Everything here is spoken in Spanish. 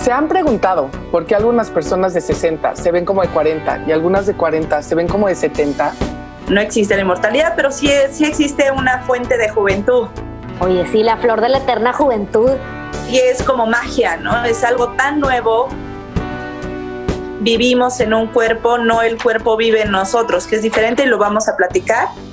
¿Se han preguntado por qué algunas personas de 60 se ven como de 40 y algunas de 40 se ven como de 70? No existe la inmortalidad, pero sí existe una fuente de juventud. Oye, sí, la flor de la eterna juventud. Y es como magia, ¿no? Es algo tan nuevo. Vivimos en un cuerpo, no el cuerpo vive en nosotros, que es diferente y lo vamos a platicar.